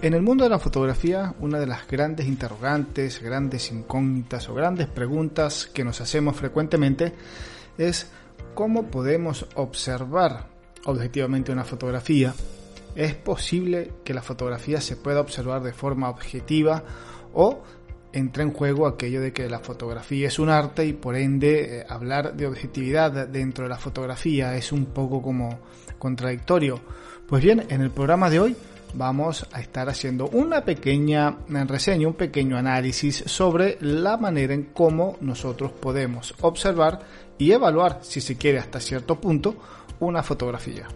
En el mundo de la fotografía, una de las grandes interrogantes, grandes incógnitas o grandes preguntas que nos hacemos frecuentemente es ¿cómo podemos observar objetivamente una fotografía? ¿Es posible que la fotografía se pueda observar de forma objetiva o entra en juego aquello de que la fotografía es un arte y por ende hablar de objetividad dentro de la fotografía es un poco como contradictorio? Pues bien, en el programa de hoy vamos a estar haciendo una pequeña reseña, un pequeño análisis sobre la manera en cómo nosotros podemos observar y evaluar, si se quiere hasta cierto punto, una fotografía.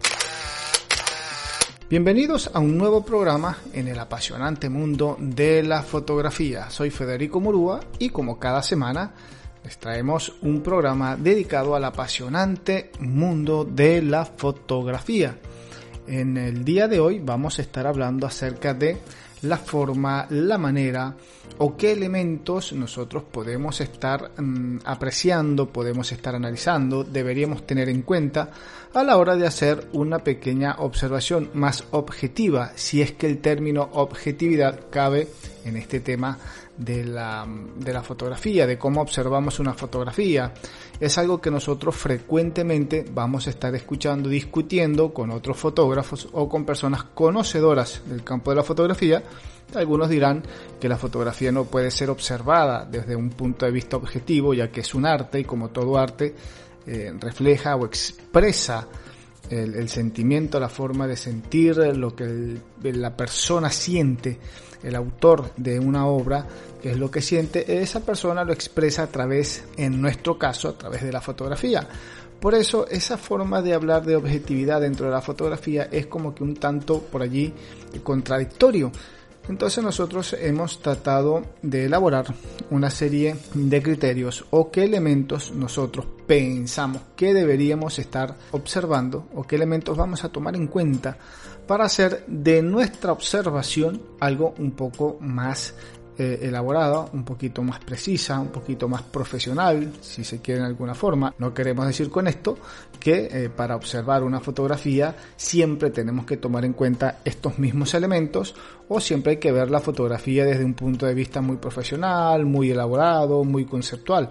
Bienvenidos a un nuevo programa en el apasionante mundo de la fotografía. Soy Federico Murúa y como cada semana les traemos un programa dedicado al apasionante mundo de la fotografía. En el día de hoy vamos a estar hablando acerca de la forma, la manera o qué elementos nosotros podemos estar apreciando, podemos estar analizando, deberíamos tener en cuenta a la hora de hacer una pequeña observación más objetiva, si es que el término objetividad cabe en este tema de la fotografía, de cómo observamos una fotografía. Es algo que nosotros frecuentemente vamos a estar escuchando, discutiendo con otros fotógrafos o con personas conocedoras del campo de la fotografía. Algunos dirán que la fotografía no puede ser observada desde un punto de vista objetivo, ya que es un arte y como todo arte refleja o expresa el sentimiento, la forma de sentir, lo que la persona siente. El autor de una obra, que es lo que siente, esa persona lo expresa a través, en nuestro caso, a través de la fotografía. Por eso, esa forma de hablar de objetividad dentro de la fotografía es como que un tanto por allí contradictorio. Entonces nosotros hemos tratado de elaborar una serie de criterios o qué elementos nosotros pensamos que deberíamos estar observando o qué elementos vamos a tomar en cuenta para hacer de nuestra observación algo un poco más elaborada, un poquito más precisa, un poquito más profesional, si se quiere en alguna forma. No queremos decir con esto que para observar una fotografía siempre tenemos que tomar en cuenta estos mismos elementos o siempre hay que ver la fotografía desde un punto de vista muy profesional, muy elaborado, muy conceptual.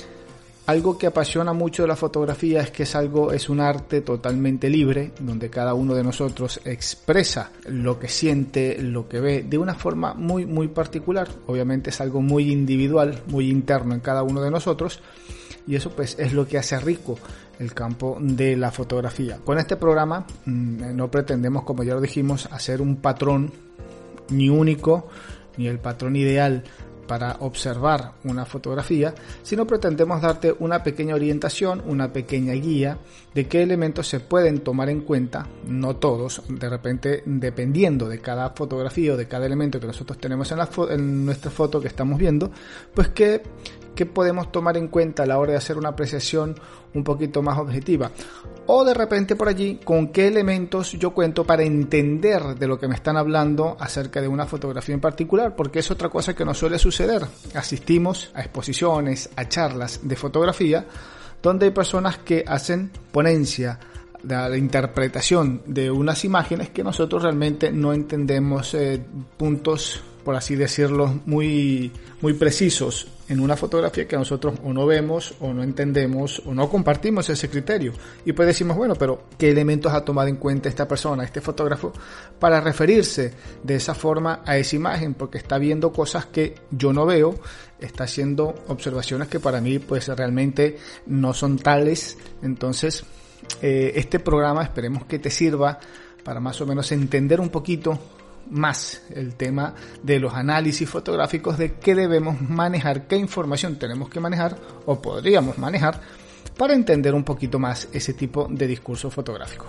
Algo que apasiona mucho de la fotografía es que es un arte totalmente libre, donde cada uno de nosotros expresa lo que siente, lo que ve, de una forma muy, muy particular. Obviamente es algo muy individual, muy interno en cada uno de nosotros, y eso pues es lo que hace rico el campo de la fotografía. Con este programa no pretendemos, como ya lo dijimos, hacer un patrón ni único, ni el patrón ideal para observar una fotografía, sino pretendemos darte una pequeña orientación, una pequeña guía de qué elementos se pueden tomar en cuenta, no todos, de repente dependiendo de cada fotografía o de cada elemento que nosotros tenemos en nuestra foto que estamos viendo, pues qué podemos tomar en cuenta a la hora de hacer una apreciación un poquito más objetiva. O de repente por allí, con qué elementos yo cuento para entender de lo que me están hablando acerca de una fotografía en particular, porque es otra cosa que nos suele suceder. Asistimos a exposiciones, a charlas de fotografía, donde hay personas que hacen ponencia de la interpretación de unas imágenes que nosotros realmente no entendemos puntos, por así decirlo, muy, muy precisos en una fotografía que nosotros o no vemos o no entendemos o no compartimos ese criterio. Y pues decimos, bueno, pero ¿qué elementos ha tomado en cuenta esta persona, este fotógrafo, para referirse de esa forma a esa imagen? Porque está viendo cosas que yo no veo, está haciendo observaciones que para mí pues realmente no son tales. Entonces este programa esperemos que te sirva para más o menos entender un poquito más el tema de los análisis fotográficos, de qué debemos manejar, qué información tenemos que manejar o podríamos manejar para entender un poquito más ese tipo de discurso fotográfico.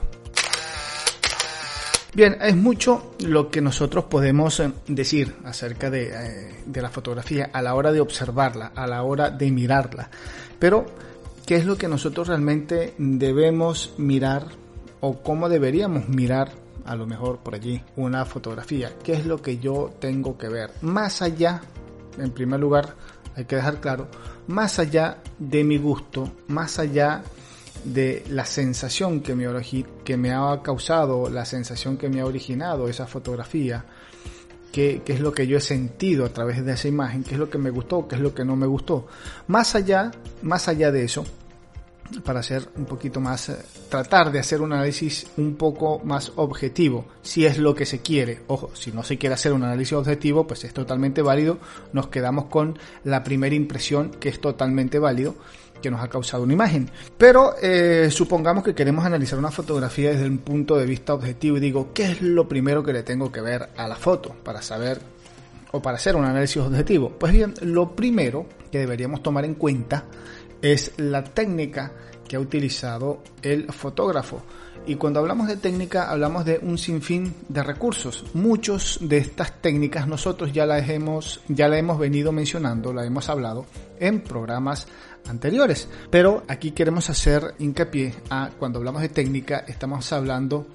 Bien, es mucho lo que nosotros podemos decir acerca de la fotografía a la hora de observarla, a la hora de mirarla, pero ¿qué es lo que nosotros realmente debemos mirar o cómo deberíamos mirar a lo mejor por allí una fotografía? ¿Qué es lo que yo tengo que ver? Más allá, en primer lugar, hay que dejar claro, más allá de mi gusto, más allá de la sensación que me ha causado, la sensación que me ha originado esa fotografía, qué es lo que yo he sentido a través de esa imagen, qué es lo que me gustó, qué es lo que no me gustó. Más allá de eso, para hacer un poquito más, tratar de hacer un análisis un poco más objetivo, si es lo que se quiere. Ojo, si no se quiere hacer un análisis objetivo, pues es totalmente válido, nos quedamos con la primera impresión, que es totalmente válido, que nos ha causado una imagen. Pero supongamos que queremos analizar una fotografía desde un punto de vista objetivo y digo, ¿qué es lo primero que le tengo que ver a la foto para saber o para hacer un análisis objetivo? Pues bien, lo primero que deberíamos tomar en cuenta es la técnica que ha utilizado el fotógrafo. Y cuando hablamos de técnica, hablamos de un sinfín de recursos. Muchos de estas técnicas nosotros ya la hemos venido mencionando, la hemos hablado en programas anteriores. Pero aquí queremos hacer hincapié a cuando hablamos de técnica, estamos hablando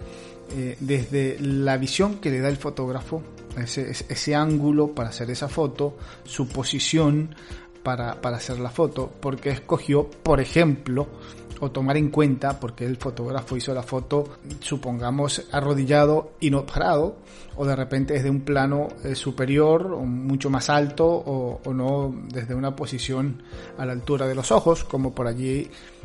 desde la visión que le da el fotógrafo, ese ángulo para hacer esa foto, su posición para hacer la foto, porque escogió, por ejemplo, o tomar en cuenta, porque el fotógrafo hizo la foto, supongamos, arrodillado y no parado, o de repente desde un plano superior, o mucho más alto, o no desde una posición a la altura de los ojos, como por allí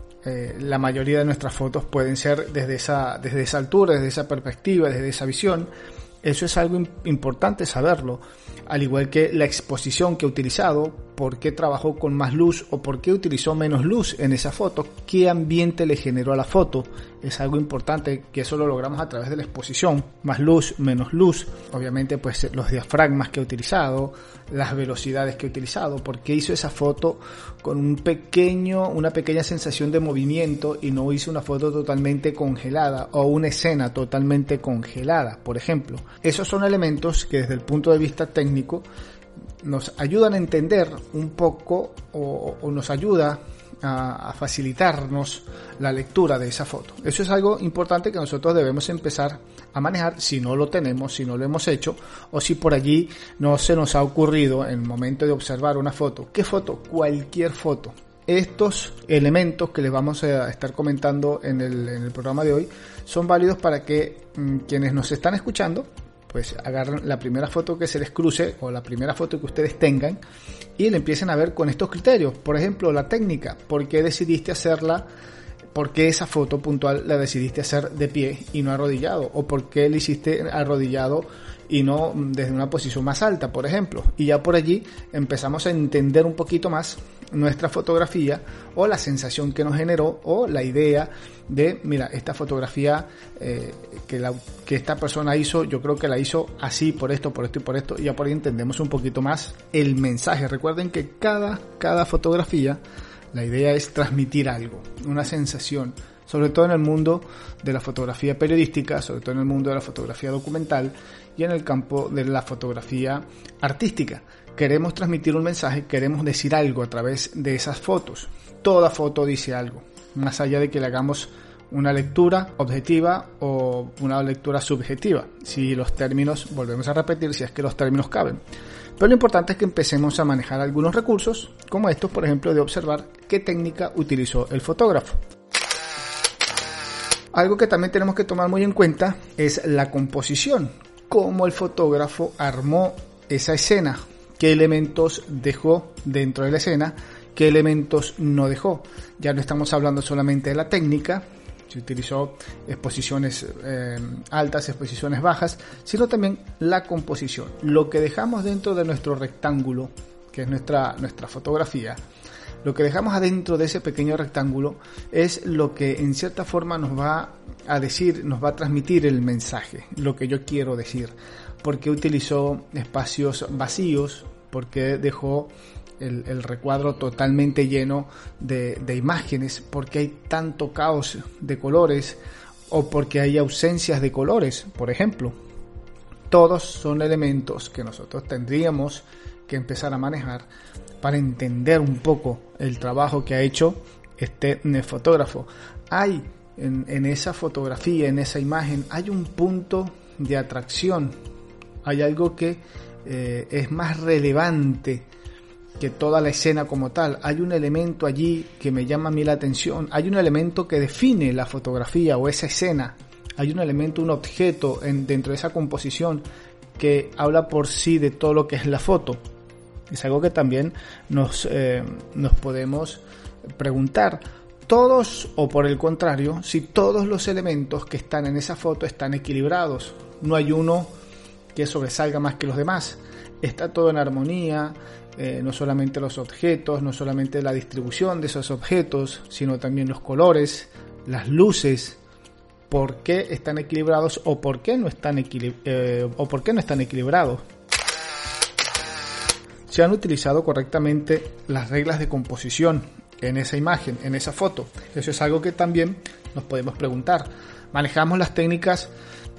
la mayoría de nuestras fotos pueden ser desde esa altura, desde esa perspectiva, desde esa visión. Eso es algo importante saberlo, al igual que la exposición que ha utilizado, por qué trabajó con más luz o por qué utilizó menos luz en esa foto, qué ambiente le generó a la foto. Es algo importante que eso lo logramos a través de la exposición, más luz, menos luz. Obviamente pues los diafragmas que ha utilizado, las velocidades que ha utilizado, por qué hizo esa foto con una pequeña sensación de movimiento y no hizo una foto totalmente congelada o una escena totalmente congelada, por ejemplo. Esos son elementos que desde el punto de vista técnico nos ayudan a entender un poco o nos ayuda a facilitarnos la lectura de esa foto. Eso es algo importante que nosotros debemos empezar a manejar si no lo tenemos, si no lo hemos hecho, o si por allí no se nos ha ocurrido en el momento de observar una foto. ¿Qué foto? Cualquier foto. Estos elementos que les vamos a estar comentando en el programa de hoy son válidos para que quienes nos están escuchando pues agarren la primera foto que se les cruce o la primera foto que ustedes tengan y le empiecen a ver con estos criterios. Por ejemplo, la técnica, ¿por qué decidiste hacerla? ¿Por qué esa foto puntual la decidiste hacer de pie y no arrodillado? ¿O por qué la hiciste arrodillado y no desde una posición más alta, por ejemplo? Y ya por allí empezamos a entender un poquito más nuestra fotografía o la sensación que nos generó o la idea de, mira, esta fotografía que esta persona hizo, yo creo que la hizo así, por esto, por esto y por esto, y ya por ahí entendemos un poquito más el mensaje. Recuerden que cada fotografía, la idea es transmitir algo, una sensación, sobre todo en el mundo de la fotografía periodística, sobre todo en el mundo de la fotografía documental y en el campo de la fotografía artística. Queremos transmitir un mensaje, queremos decir algo a través de esas fotos. Toda foto dice algo, más allá de que le hagamos una lectura objetiva o una lectura subjetiva, si los términos, volvemos a repetir, si es que los términos caben. Pero lo importante es que empecemos a manejar algunos recursos, como estos, por ejemplo, de observar qué técnica utilizó el fotógrafo. Algo que también tenemos que tomar muy en cuenta es la composición, cómo el fotógrafo armó esa escena, qué elementos dejó dentro de la escena, qué elementos no dejó. Ya no estamos hablando solamente de la técnica, si utilizó exposiciones altas, exposiciones bajas, sino también la composición, lo que dejamos dentro de nuestro rectángulo, que es nuestra fotografía. Lo que dejamos adentro de ese pequeño rectángulo es lo que en cierta forma nos va a decir, nos va a transmitir el mensaje, lo que yo quiero decir. ¿Por qué utilizó espacios vacíos? ¿Por qué dejó el recuadro totalmente lleno de imágenes? ¿Por qué hay tanto caos de colores? ¿O porque hay ausencias de colores, por ejemplo? Todos son elementos que nosotros tendríamos que empezar a manejar para entender un poco el trabajo que ha hecho este fotógrafo. Hay en esa fotografía, en esa imagen, hay un punto de atracción, hay algo que es más relevante que toda la escena como tal. Hay un elemento allí que me llama a mí la atención, hay un elemento que define la fotografía o esa escena, hay un elemento, un objeto dentro de esa composición que habla por sí de todo lo que es la foto. Es algo que también nos podemos preguntar. Todos, o por el contrario, si todos los elementos que están en esa foto están equilibrados. No hay uno que sobresalga más que los demás. Está todo en armonía, no solamente los objetos, no solamente la distribución de esos objetos, sino también los colores, las luces. ¿Por qué están equilibrados o por qué no están equilibrados? Se han utilizado correctamente las reglas de composición en esa imagen, en esa foto. Eso es algo que también nos podemos preguntar. Manejamos las técnicas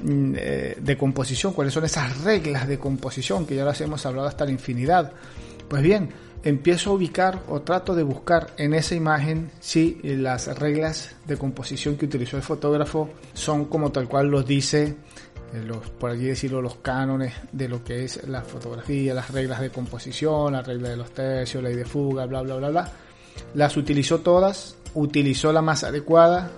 de composición. ¿Cuáles son esas reglas de composición que ya las hemos hablado hasta la infinidad? Pues bien, empiezo a ubicar o trato de buscar en esa imagen si las reglas de composición que utilizó el fotógrafo son como tal cual los dice, por allí decirlo, los cánones de lo que es la fotografía, las reglas de composición, la regla de los tercios, ley de fuga, bla bla bla bla. Las utilizó todas, utilizó la más adecuada,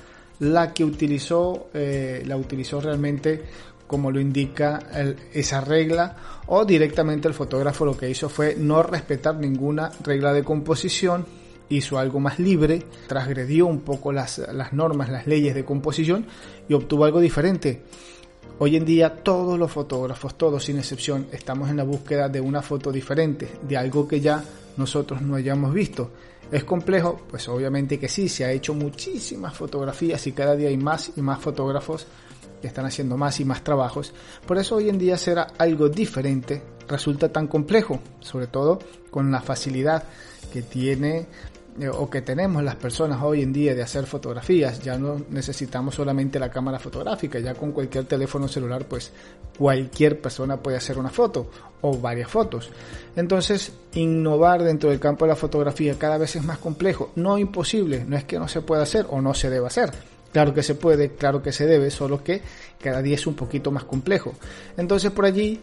la que utilizó la utilizó realmente como lo indica esa regla, o directamente el fotógrafo lo que hizo fue no respetar ninguna regla de composición, hizo algo más libre, transgredió un poco las normas, las leyes de composición y obtuvo algo diferente. Hoy en día todos los fotógrafos, todos sin excepción, estamos en la búsqueda de una foto diferente, de algo que ya nosotros no hayamos visto. ¿Es complejo? Pues obviamente que sí, se ha hecho muchísimas fotografías y cada día hay más y más fotógrafos que están haciendo más y más trabajos. Por eso hoy en día hacer algo diferente resulta tan complejo, sobre todo con la facilidad que tiene o que tenemos las personas hoy en día de hacer fotografías. Ya no necesitamos solamente la cámara fotográfica, ya con cualquier teléfono celular pues cualquier persona puede hacer una foto o varias fotos. Entonces innovar dentro del campo de la fotografía cada vez es más complejo, no imposible, no es que no se pueda hacer o no se deba hacer. Claro que se puede, claro que se debe, solo que cada día es un poquito más complejo. Entonces por allí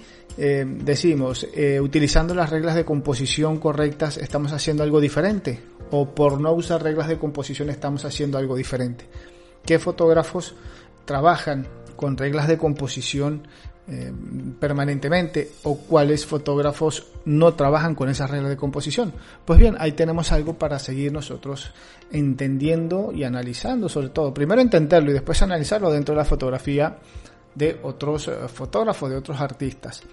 decimos, utilizando las reglas de composición correctas estamos haciendo algo diferente, o por no usar reglas de composición estamos haciendo algo diferente. ¿Qué fotógrafos trabajan con reglas de composición permanentemente, o cuáles fotógrafos no trabajan con esas reglas de composición? Pues bien, ahí tenemos algo para seguir nosotros entendiendo y analizando, sobre todo primero entenderlo y después analizarlo dentro de la fotografía de otros fotógrafos, de otros artistas.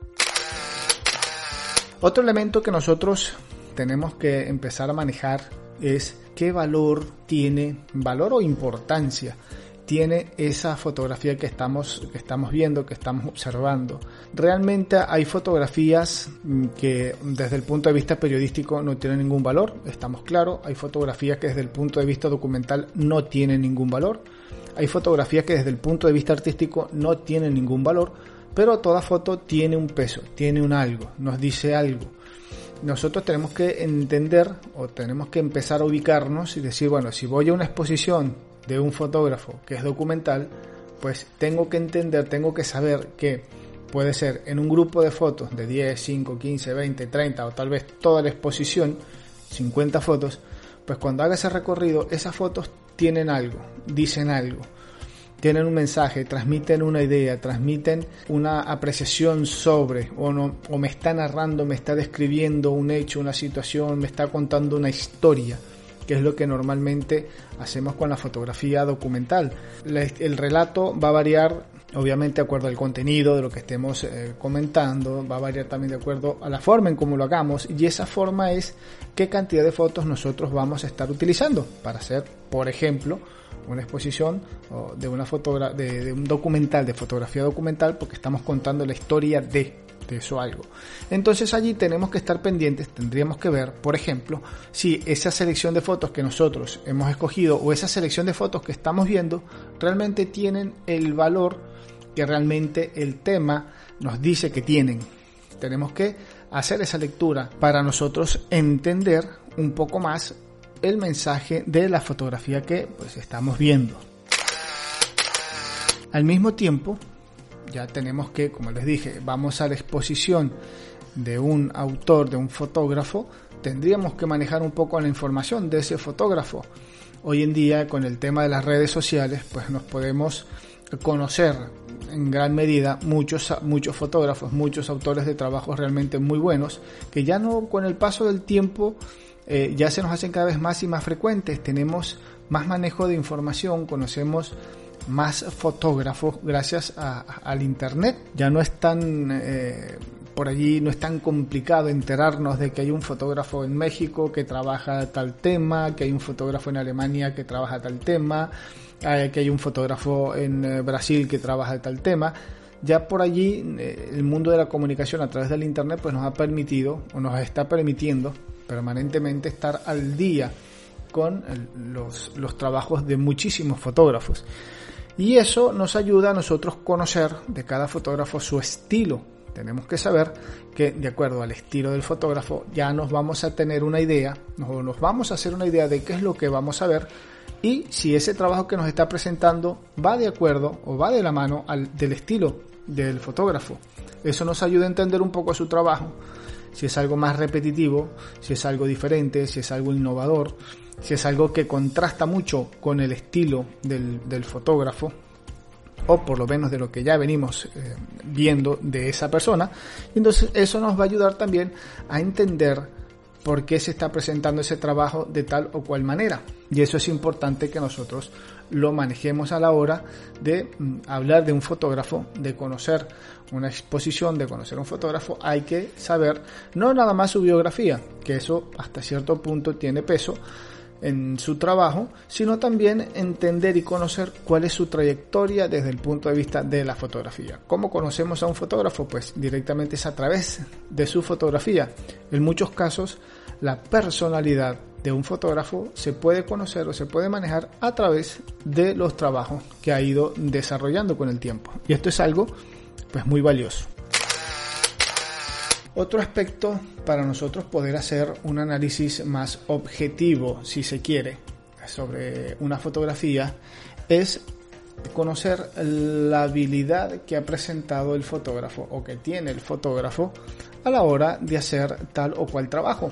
Otro elemento que nosotros tenemos que empezar a manejar es qué valor o importancia tiene esa fotografía que estamos viendo, que estamos observando. Realmente hay fotografías que desde el punto de vista periodístico no tienen ningún valor, estamos claros. Hay fotografías que desde el punto de vista documental no tienen ningún valor. Hay fotografías que desde el punto de vista artístico no tienen ningún valor, pero toda foto tiene un peso, tiene un algo, nos dice algo. Nosotros tenemos que entender o tenemos que empezar a ubicarnos y decir, bueno, si voy a una exposición de un fotógrafo que es documental, pues tengo que entender, tengo que saber que puede ser en un grupo de fotos de 10, 5, 15, 20, 30 o tal vez toda la exposición, 50 fotos, pues cuando haga ese recorrido, esas fotos tienen algo, dicen algo, tienen un mensaje, transmiten una idea, transmiten una apreciación sobre, o me está narrando, me está describiendo un hecho, una situación, me está contando una historia, que es lo que normalmente hacemos con la fotografía documental. El relato va a variar, obviamente, de acuerdo al contenido de lo que estemos comentando, va a variar también de acuerdo a la forma en cómo lo hagamos, y esa forma es qué cantidad de fotos nosotros vamos a estar utilizando para hacer, por ejemplo, una exposición de un documental, de fotografía documental, porque estamos contando la historia de eso algo. Entonces allí tenemos que estar pendientes, tendríamos que ver, por ejemplo, si esa selección de fotos que nosotros hemos escogido o esa selección de fotos que estamos viendo realmente tienen el valor que realmente el tema nos dice que tienen. Tenemos que hacer esa lectura para nosotros entender un poco más el mensaje de la fotografía que pues estamos viendo. Al mismo tiempo, ya tenemos que, como les dije, vamos a la exposición de un autor, de un fotógrafo, tendríamos que manejar un poco la información de ese fotógrafo. Hoy en día, con el tema de las redes sociales, pues nos podemos conocer en gran medida muchos fotógrafos, muchos autores de trabajos realmente muy buenos, que ya no, con el paso del tiempo, ya se nos hacen cada vez más y más frecuentes. Tenemos más manejo de información, conocemos más fotógrafos gracias al internet. Ya no es tan por allí, no es tan complicado enterarnos de que hay un fotógrafo en México que trabaja tal tema, que hay un fotógrafo en Alemania que trabaja tal tema, que hay un fotógrafo en Brasil que trabaja tal tema. Ya por allí el mundo de la comunicación a través del internet pues nos ha permitido o nos está permitiendo permanentemente estar al día con los trabajos de muchísimos fotógrafos. Y eso nos ayuda a nosotros conocer de cada fotógrafo su estilo. Tenemos que saber que de acuerdo al estilo del fotógrafo ya nos vamos a tener una idea, nos vamos a hacer una idea de qué es lo que vamos a ver y si ese trabajo que nos está presentando va de acuerdo o va de la mano del estilo del fotógrafo. Eso nos ayuda a entender un poco su trabajo, si es algo más repetitivo, si es algo diferente, si es algo innovador, si es algo que contrasta mucho con el estilo del fotógrafo, o por lo menos de lo que ya venimos viendo de esa persona. Entonces eso nos va a ayudar también a entender por qué se está presentando ese trabajo de tal o cual manera. Y eso es importante que nosotros lo manejemos a la hora de hablar de un fotógrafo, de conocer una exposición, de conocer un fotógrafo. Hay que saber no nada más su biografía, que eso hasta cierto punto tiene peso en su trabajo, sino también entender y conocer cuál es su trayectoria desde el punto de vista de la fotografía. ¿Cómo conocemos a un fotógrafo? Pues directamente es a través de su fotografía. En muchos casos, la personalidad de un fotógrafo se puede conocer o se puede manejar a través de los trabajos que ha ido desarrollando con el tiempo. Y esto es algo pues muy valioso. Otro aspecto para nosotros poder hacer un análisis más objetivo, si se quiere, sobre una fotografía es conocer la habilidad que ha presentado el fotógrafo o que tiene el fotógrafo a la hora de hacer tal o cual trabajo.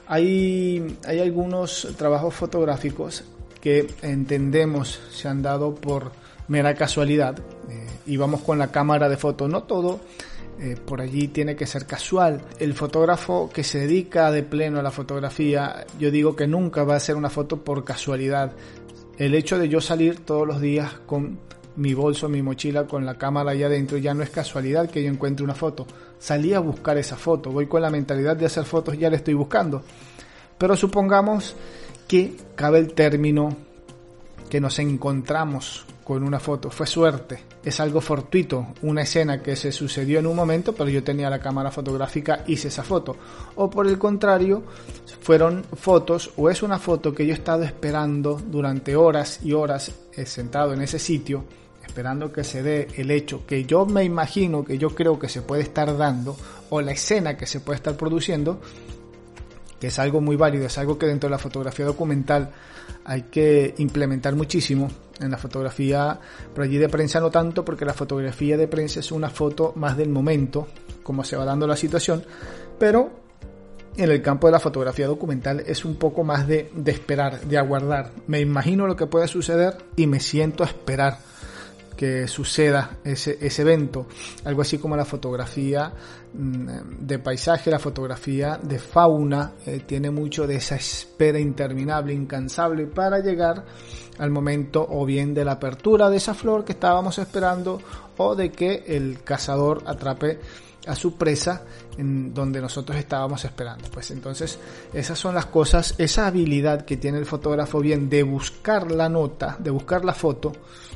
Hay algunos trabajos fotográficos que entendemos se han dado por mera casualidad. Íbamos con la cámara de foto, no todo por allí tiene que ser casual. El fotógrafo que se dedica de pleno a la fotografía, yo digo que nunca va a hacer una foto por casualidad. El hecho de yo salir todos los días con mi bolso, mi mochila, con la cámara ahí adentro, ya no es casualidad que yo encuentre una foto. Salí a buscar esa foto, voy con la mentalidad de hacer fotos, ya la estoy buscando. Pero supongamos que cabe el término que nos encontramos con una foto, fue suerte, es algo fortuito, una escena que se sucedió en un momento, pero yo tenía la cámara fotográfica, hice esa foto. O por el contrario, fueron fotos, o es una foto que yo he estado esperando durante horas y horas sentado en ese sitio, esperando que se dé el hecho que yo me imagino, que yo creo que se puede estar dando, o la escena que se puede estar produciendo, que es algo muy válido, es algo que dentro de la fotografía documental hay que implementar muchísimo. En la fotografía, por allí de prensa no tanto, porque la fotografía de prensa es una foto más del momento, como se va dando la situación, pero en el campo de la fotografía documental es un poco más de esperar, de aguardar. Me imagino lo que puede suceder y me siento a esperar que suceda ese evento. Algo así como la fotografía de paisaje, la fotografía de fauna, tiene mucho de esa espera interminable, incansable, para llegar al momento o bien de la apertura de esa flor que estábamos esperando, o de que el cazador atrape a su presa en donde nosotros estábamos esperando. Pues entonces esas son las cosas, esa habilidad que tiene el fotógrafo, bien de buscar la nota, de buscar la foto,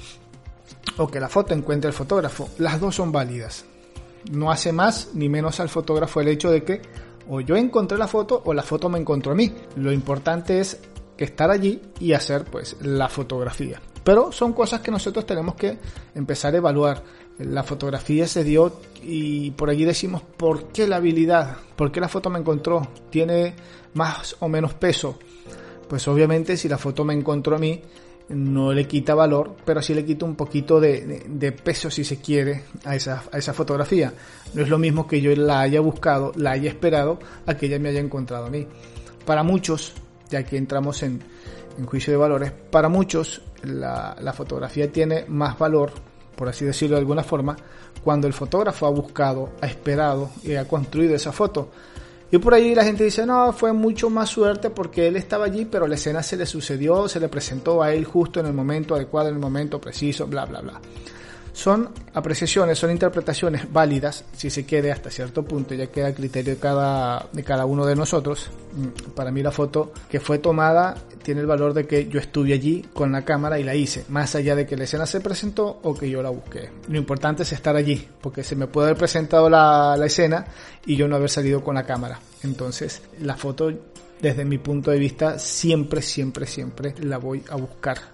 o que la foto encuentre el fotógrafo. Las dos son válidas. No hace más ni menos al fotógrafo el hecho de que o yo encontré la foto o la foto me encontró a mí. Lo importante es que estar allí y hacer pues la fotografía. Pero son cosas que nosotros tenemos que empezar a evaluar. La fotografía se dio y por allí decimos ¿por qué la habilidad? ¿Por qué la foto me encontró? ¿Tiene más o menos peso? Pues obviamente si la foto me encontró a mí, no le quita valor, pero sí le quita un poquito de peso, si se quiere, a esa fotografía. No es lo mismo que yo la haya buscado, la haya esperado, a que ella me haya encontrado a mí. Para muchos, ya que entramos en juicio de valores, para muchos la fotografía tiene más valor por así decirlo de alguna forma, cuando el fotógrafo ha buscado, ha esperado y ha construido esa foto. Y por ahí la gente dice, no, fue mucho más suerte porque él estaba allí, pero la escena se le sucedió, se le presentó a él justo en el momento adecuado, en el momento preciso, bla, bla, bla. Son apreciaciones, son interpretaciones válidas, si se quiere, hasta cierto punto, ya queda a criterio de cada uno de nosotros. Para mí la foto que fue tomada tiene el valor de que yo estuve allí con la cámara y la hice, más allá de que la escena se presentó o que yo la busqué. Lo importante es estar allí, porque se me puede haber presentado la escena y yo no haber salido con la cámara. Entonces, la foto, desde mi punto de vista, siempre la voy a buscar.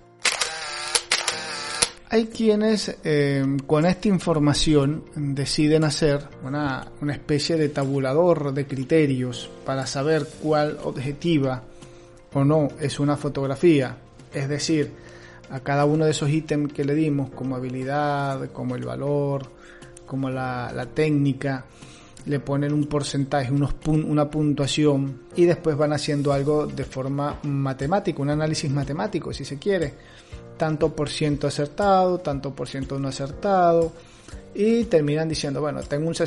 Hay quienes con esta información deciden hacer una especie de tabulador de criterios para saber cuál objetiva o no es una fotografía. Es decir, a cada uno de esos ítems que le dimos, como habilidad, como el valor, como la técnica, le ponen un porcentaje, una puntuación, y después van haciendo algo de forma matemática, un análisis matemático si se quiere. Tanto por ciento acertado, tanto por ciento no acertado, y terminan diciendo, bueno, tengo un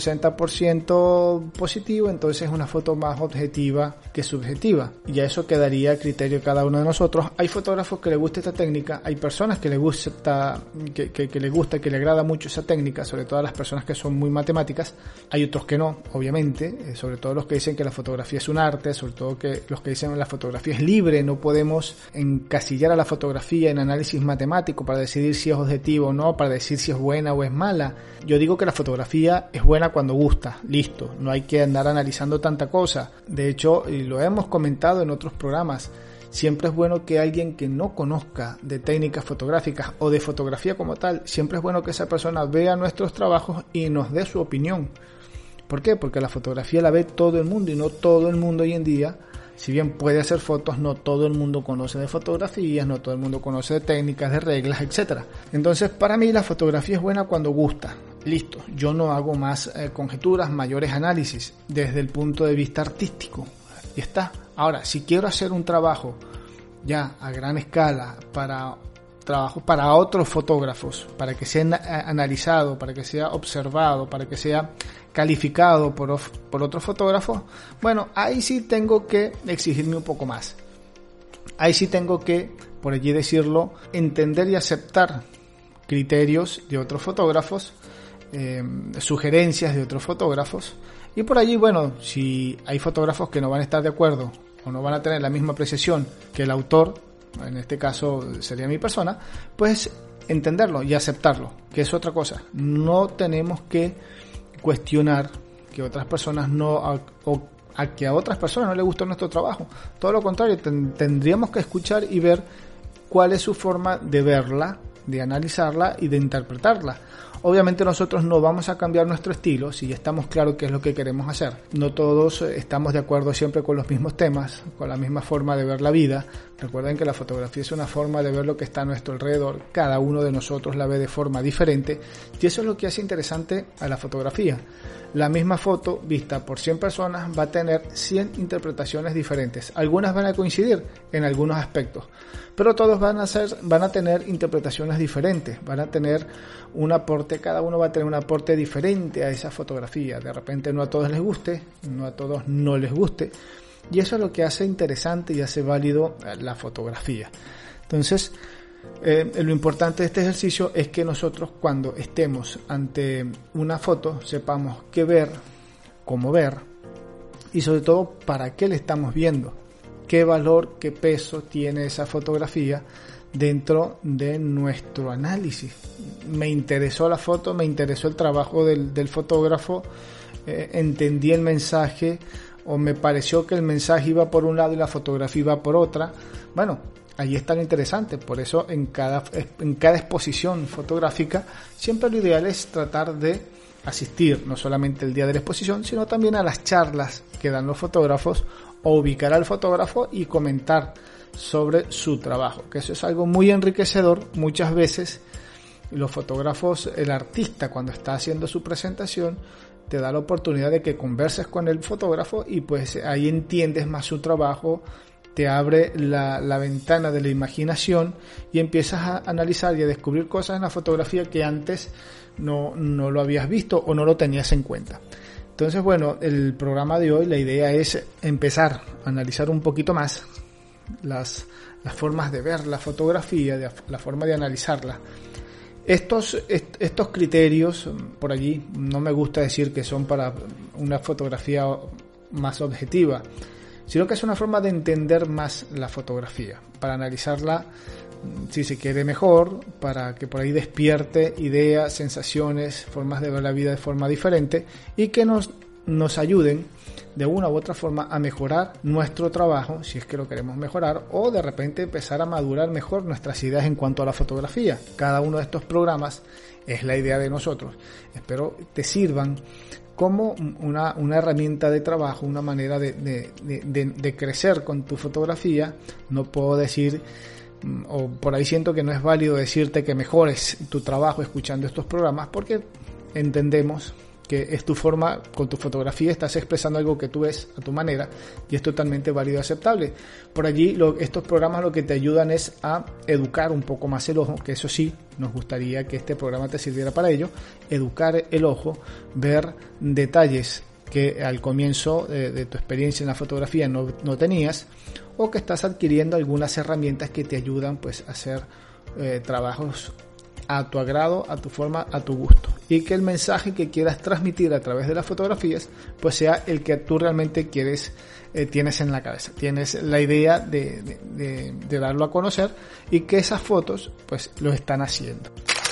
60% positivo, entonces es una foto más objetiva que subjetiva, y ya eso quedaría a criterio de cada uno de nosotros. Hay fotógrafos que les gusta esta técnica, hay personas que les gusta, que les gusta, que les agrada mucho esa técnica, sobre todo a las personas que son muy matemáticas. Hay otros que no, obviamente, sobre todo los que dicen que la fotografía es un arte, sobre todo que los que dicen que la fotografía es libre, no podemos encasillar a la fotografía en análisis matemático para decidir si es objetivo o no, para decir si es buena o es mala. Yo digo que la fotografía es buena cuando gusta, listo, no hay que andar analizando tanta cosa. De hecho, y lo hemos comentado en otros programas, siempre es bueno que alguien que no conozca de técnicas fotográficas o de fotografía como tal, siempre es bueno que esa persona vea nuestros trabajos y nos dé su opinión. ¿Por qué? Porque la fotografía la ve todo el mundo, y no todo el mundo hoy en día, si bien puede hacer fotos, no todo el mundo conoce de fotografías, no todo el mundo conoce de técnicas, de reglas, etc. Entonces, para mí la fotografía es buena cuando gusta. Listo, yo no hago más conjeturas, mayores análisis desde el punto de vista artístico. Y está. Ahora, si quiero hacer un trabajo ya a gran escala para otros fotógrafos, para que sea analizado, para que sea observado, para que sea calificado por otros fotógrafos, bueno, ahí sí tengo que exigirme un poco más. Ahí sí tengo que, por allí decirlo, entender y aceptar criterios de otros fotógrafos, sugerencias de otros fotógrafos, y por allí, bueno, si hay fotógrafos que no van a estar de acuerdo o no van a tener la misma apreciación que el autor, en este caso sería mi persona, pues entenderlo y aceptarlo, que es otra cosa. No tenemos que cuestionar que otras personas a que a otras personas no les gustó nuestro trabajo. Todo lo contrario, tendríamos que escuchar y ver cuál es su forma de verla, de analizarla y de interpretarla. Obviamente nosotros no vamos a cambiar nuestro estilo si ya estamos claros qué es lo que queremos hacer. No todos estamos de acuerdo siempre con los mismos temas, con la misma forma de ver la vida. Recuerden que la fotografía es una forma de ver lo que está a nuestro alrededor. Cada uno de nosotros la ve de forma diferente, y eso es lo que hace interesante a la fotografía. La misma foto vista por 100 personas va a tener 100 interpretaciones diferentes. Algunas van a coincidir en algunos aspectos, pero todos van a tener interpretaciones diferentes, van a tener un aporte, cada uno va a tener un aporte diferente a esa fotografía. De repente no a todos les guste, no a todos no les guste, y eso es lo que hace interesante y hace válido la fotografía. Entonces, lo importante de este ejercicio es que nosotros, cuando estemos ante una foto, sepamos qué ver, cómo ver, y sobre todo para qué le estamos viendo, qué valor, qué peso tiene esa fotografía dentro de nuestro análisis. Me interesó la foto, me interesó el trabajo del fotógrafo, entendí el mensaje, o me pareció que el mensaje iba por un lado y la fotografía iba por otra. Bueno, ahí está lo interesante. Por eso en cada exposición fotográfica siempre lo ideal es tratar de asistir no solamente el día de la exposición, sino también a las charlas que dan los fotógrafos, o ubicar al fotógrafo y comentar sobre su trabajo, que eso es algo muy enriquecedor. Muchas veces los fotógrafos, el artista, cuando está haciendo su presentación, te da la oportunidad de que converses con el fotógrafo y pues ahí entiendes más su trabajo, te abre la ventana de la imaginación y empiezas a analizar y a descubrir cosas en la fotografía que antes no lo habías visto o no lo tenías en cuenta. Entonces, bueno, el programa de hoy, la idea es empezar a analizar un poquito más las formas de ver la fotografía, la forma de analizarla. Estos criterios, por allí, no me gusta decir que son para una fotografía más objetiva, sino que es una forma de entender más la fotografía, para analizarla, si se quiere, mejor, para que por ahí despierte ideas, sensaciones, formas de ver la vida de forma diferente y que nos ayuden de una u otra forma a mejorar nuestro trabajo, si es que lo queremos mejorar, o de repente empezar a madurar mejor nuestras ideas en cuanto a la fotografía. Cada uno de estos programas es la idea de nosotros. Espero te sirvan como una herramienta de trabajo, una manera de crecer con tu fotografía. No puedo decir, o por ahí siento que no es válido decirte que mejores tu trabajo escuchando estos programas, porque entendemos que es tu forma, con tu fotografía estás expresando algo que tú ves a tu manera y es totalmente válido y aceptable. Por allí estos programas lo que te ayudan es a educar un poco más el ojo, que eso sí, nos gustaría que este programa te sirviera para ello, educar el ojo, ver detalles que al comienzo de tu experiencia en la fotografía no tenías, o que estás adquiriendo algunas herramientas que te ayudan pues a hacer trabajos a tu agrado, a tu forma, a tu gusto, y que el mensaje que quieras transmitir a través de las fotografías pues sea el que tú realmente tienes en la cabeza, tienes la idea de darlo a conocer, y que esas fotos pues lo están haciendo.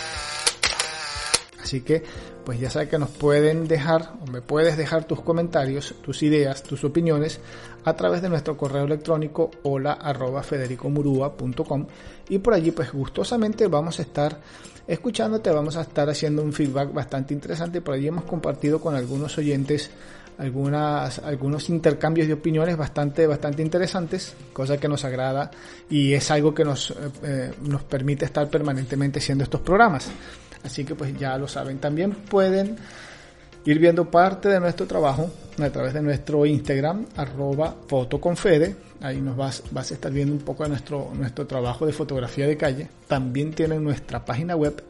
Así que pues ya sabes que nos pueden dejar, o me puedes dejar tus comentarios, tus ideas, tus opiniones a través de nuestro correo electrónico hola@federicomurua.com, y por allí pues gustosamente vamos a estar escuchándote, vamos a estar haciendo un feedback bastante interesante. Por allí hemos compartido con algunos oyentes algunos intercambios de opiniones bastante interesantes, cosa que nos agrada y es algo que nos permite estar permanentemente haciendo estos programas. Así que pues ya lo saben, también pueden ir viendo parte de nuestro trabajo a través de nuestro Instagram, @fotoconfede. Ahí nos vas a estar viendo un poco de nuestro trabajo de fotografía de calle. También tienen nuestra página web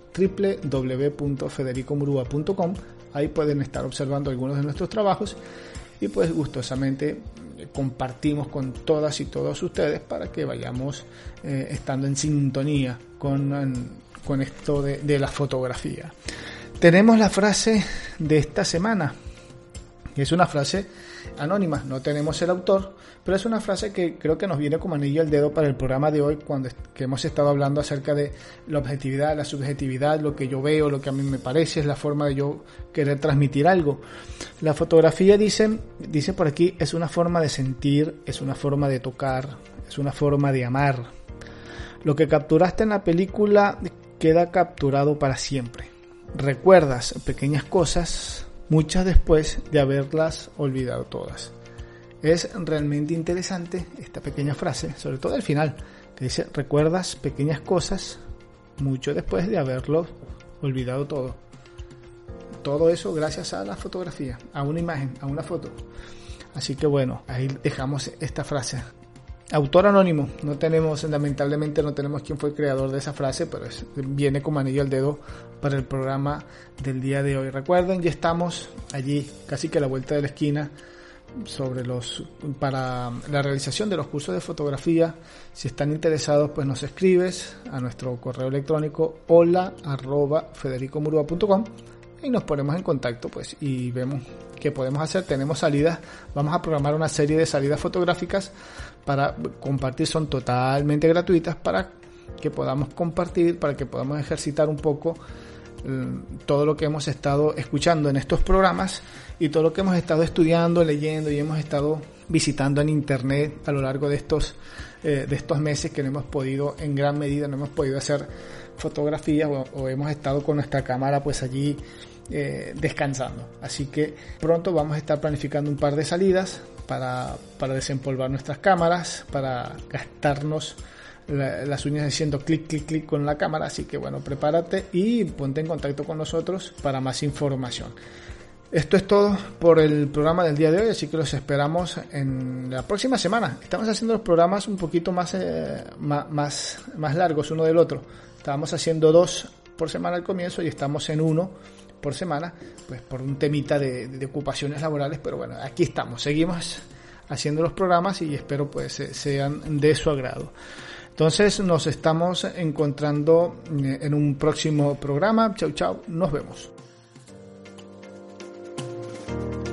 www.federicomurua.com. Ahí pueden estar observando algunos de nuestros trabajos y pues gustosamente compartimos con todas y todos ustedes para que vayamos estando en sintonía con esto de la fotografía. Tenemos la frase de esta semana, que es una frase anónima, no tenemos el autor, pero es una frase que creo que nos viene como anillo al dedo para el programa de hoy, que hemos estado hablando acerca de la objetividad, la subjetividad, lo que yo veo, lo que a mí me parece, es la forma de yo querer transmitir algo. La fotografía, dice por aquí, es una forma de sentir, es una forma de tocar, es una forma de amar. Lo que capturaste en la película queda capturado para siempre. Recuerdas pequeñas cosas, muchas después de haberlas olvidado todas. Es realmente interesante esta pequeña frase, sobre todo al final, que dice: recuerdas pequeñas cosas, mucho después de haberlo olvidado todo. Todo eso gracias a la fotografía, a una imagen, a una foto. Así que bueno, ahí dejamos esta frase. Autor anónimo, lamentablemente no tenemos quién fue el creador de esa frase, pero viene como anillo al dedo para el programa del día de hoy. Recuerden, ya estamos allí, casi que a la vuelta de la esquina, para la realización de los cursos de fotografía. Si están interesados, pues nos escribes a nuestro correo electrónico hola@federicomurua.com y nos ponemos en contacto pues y vemos qué podemos hacer. Tenemos salidas, vamos a programar una serie de salidas fotográficas para compartir, son totalmente gratuitas para que podamos compartir, para que podamos ejercitar un poco todo lo que hemos estado escuchando en estos programas y todo lo que hemos estado estudiando, leyendo y hemos estado visitando en internet a lo largo de estos meses, que no hemos podido, en gran medida no hemos podido hacer fotografías o hemos estado con nuestra cámara pues allí descansando. Así que pronto vamos a estar planificando un par de salidas para desempolvar nuestras cámaras, para gastarnos las uñas haciendo clic, clic, clic con la cámara. Así que bueno, prepárate y ponte en contacto con nosotros para más información. Esto es todo por el programa del día de hoy, así que los esperamos en la próxima semana. Estamos haciendo los programas un poquito más largos uno del otro. Estábamos haciendo 2 por semana al comienzo y estamos en 1 por semana, pues por un temita de ocupaciones laborales, pero bueno, aquí estamos, seguimos haciendo los programas y espero pues sean de su agrado. Entonces nos estamos encontrando en un próximo programa. Chau, chau, nos vemos.